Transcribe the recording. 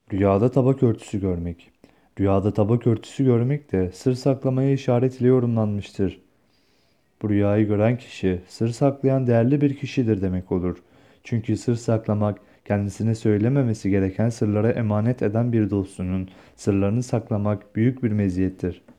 Rüyada tabak örtüsü görmek. Rüyada tabak örtüsü görmek de sır saklamaya işaret ile yorumlanmıştır. Bu rüyayı gören kişi sır saklayan değerli bir kişidir demek olur. Çünkü sır saklamak kendisine söylememesi gereken sırlara emanet eden bir dostunun sırlarını saklamak büyük bir meziyettir.